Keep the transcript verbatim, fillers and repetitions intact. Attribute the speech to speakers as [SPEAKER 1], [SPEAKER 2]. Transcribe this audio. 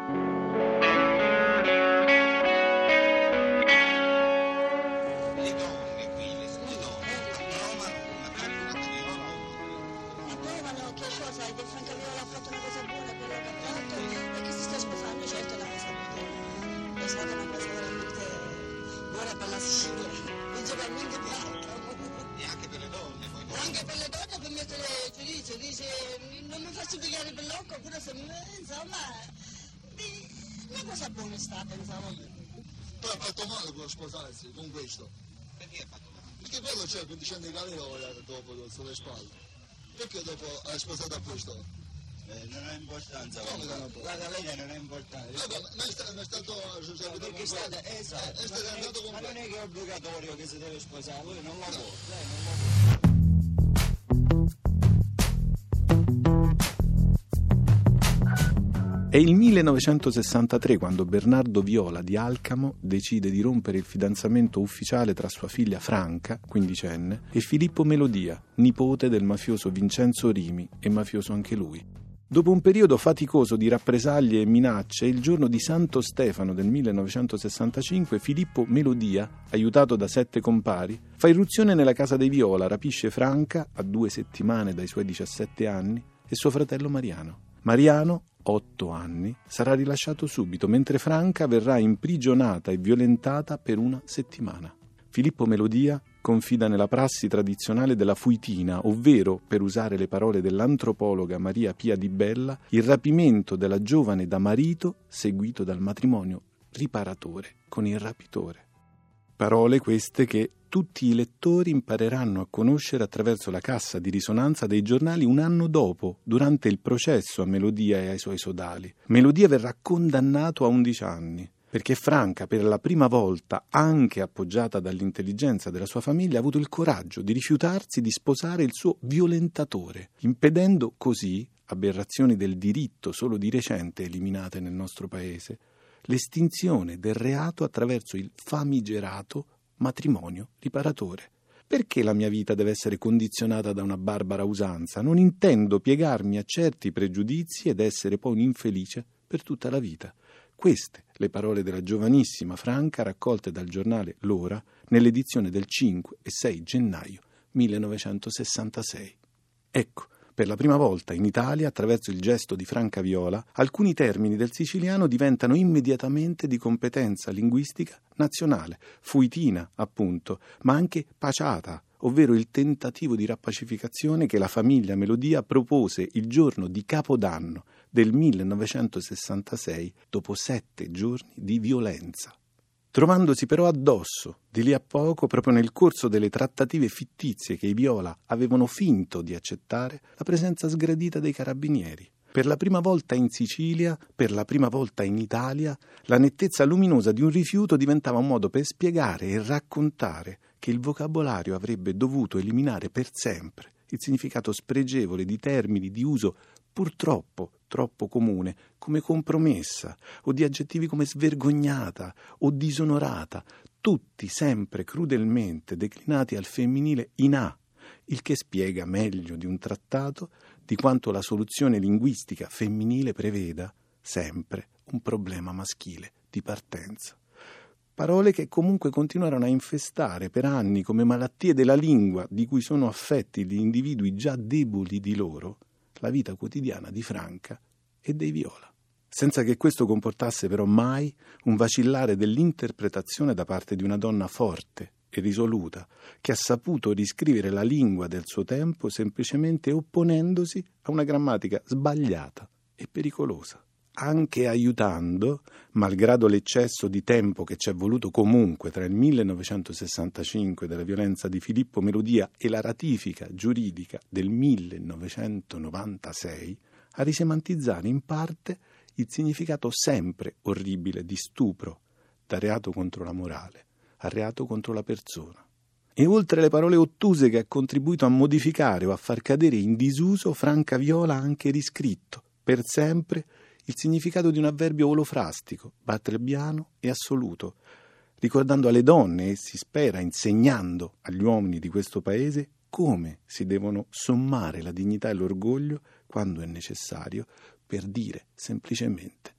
[SPEAKER 1] Non mi faccio pigliare per l'occo, pure se insomma una cosa buona è stata, insomma.
[SPEAKER 2] Poi ha fatto male quello sposarsi con questo.
[SPEAKER 3] Perché ha fatto male?
[SPEAKER 2] Perché quello c'è con dicendo che aveva dopo sulle spalle. Perché dopo hai sposato a questo?
[SPEAKER 3] Eh, non ha importanza.
[SPEAKER 2] Come non ha importanza?
[SPEAKER 3] La lei non ha importanza.
[SPEAKER 2] Vabbè, ma è stato, è stato
[SPEAKER 3] no, perché è stato, esatto,
[SPEAKER 2] è stato andato con
[SPEAKER 3] ma non è che è obbligatorio che si deve sposare, lui non lo vuole, lei non lo vuole.
[SPEAKER 4] È il millenovecentosessantatré quando Bernardo Viola di Alcamo decide di rompere il fidanzamento ufficiale tra sua figlia Franca, quindicenne, e Filippo Melodia, nipote del mafioso Vincenzo Rimi e mafioso anche lui. Dopo un periodo faticoso di rappresaglie e minacce, il giorno di Santo Stefano del millenovecentosessantacinque Filippo Melodia, aiutato da sette compari, fa irruzione nella casa dei Viola, rapisce Franca, a due settimane dai suoi diciassette anni, e suo fratello Mariano. Mariano, otto anni, sarà rilasciato subito, mentre Franca verrà imprigionata e violentata per una settimana. Filippo Melodia confida nella prassi tradizionale della fuitina, ovvero, per usare le parole dell'antropologa Maria Pia Di Bella, il rapimento della giovane da marito seguito dal matrimonio riparatore con il rapitore. Parole queste che tutti i lettori impareranno a conoscere attraverso la cassa di risonanza dei giornali un anno dopo, durante il processo a Melodia e ai suoi sodali. Melodia verrà condannato a undici anni, perché Franca, per la prima volta, anche appoggiata dall'intelligenza della sua famiglia, ha avuto il coraggio di rifiutarsi di sposare il suo violentatore, impedendo così, aberrazioni del diritto solo di recente eliminate nel nostro paese, l'estinzione del reato attraverso il famigerato matrimonio riparatore. Perché la mia vita deve essere condizionata da una barbara usanza? Non intendo piegarmi a certi pregiudizi ed essere poi un infelice per tutta la vita. Queste le parole della giovanissima Franca raccolte dal giornale L'Ora nell'edizione del cinque e sei gennaio millenovecentosessantasei. Ecco, per la prima volta in Italia, attraverso il gesto di Franca Viola, alcuni termini del siciliano diventano immediatamente di competenza linguistica nazionale, fuitina, appunto, ma anche paciata, ovvero il tentativo di rappacificazione che la famiglia Melodia propose il giorno di Capodanno del millenovecentosessantasei, dopo sette giorni di violenza. Trovandosi però addosso, di lì a poco, proprio nel corso delle trattative fittizie che i Viola avevano finto di accettare, la presenza sgradita dei carabinieri. Per la prima volta in Sicilia, per la prima volta in Italia, la nettezza luminosa di un rifiuto diventava un modo per spiegare e raccontare che il vocabolario avrebbe dovuto eliminare per sempre il significato spregevole di termini di uso purtroppo troppo comune, come compromessa, o di aggettivi come svergognata o disonorata, tutti sempre crudelmente declinati al femminile in A, il che spiega meglio di un trattato di quanto la soluzione linguistica femminile preveda sempre un problema maschile di partenza. Parole che comunque continuarono a infestare per anni come malattie della lingua di cui sono affetti gli individui già deboli di loro, la vita quotidiana di Franca e dei Viola, senza che questo comportasse però mai un vacillare dell'interpretazione da parte di una donna forte e risoluta, che ha saputo riscrivere la lingua del suo tempo semplicemente opponendosi a una grammatica sbagliata e pericolosa, anche aiutando, malgrado l'eccesso di tempo che ci è voluto comunque tra il millenovecentosessantacinque della violenza di Filippo Melodia e la ratifica giuridica del millenovecentonovantasei, a risemantizzare in parte il significato sempre orribile di stupro, da reato contro la morale a reato contro la persona. E oltre le parole ottuse che ha contribuito a modificare o a far cadere in disuso, Franca Viola ha anche riscritto, per sempre, il significato di un avverbio olofrastico, batterbiano e assoluto, ricordando alle donne e si spera insegnando agli uomini di questo paese come si devono sommare la dignità e l'orgoglio quando è necessario per dire semplicemente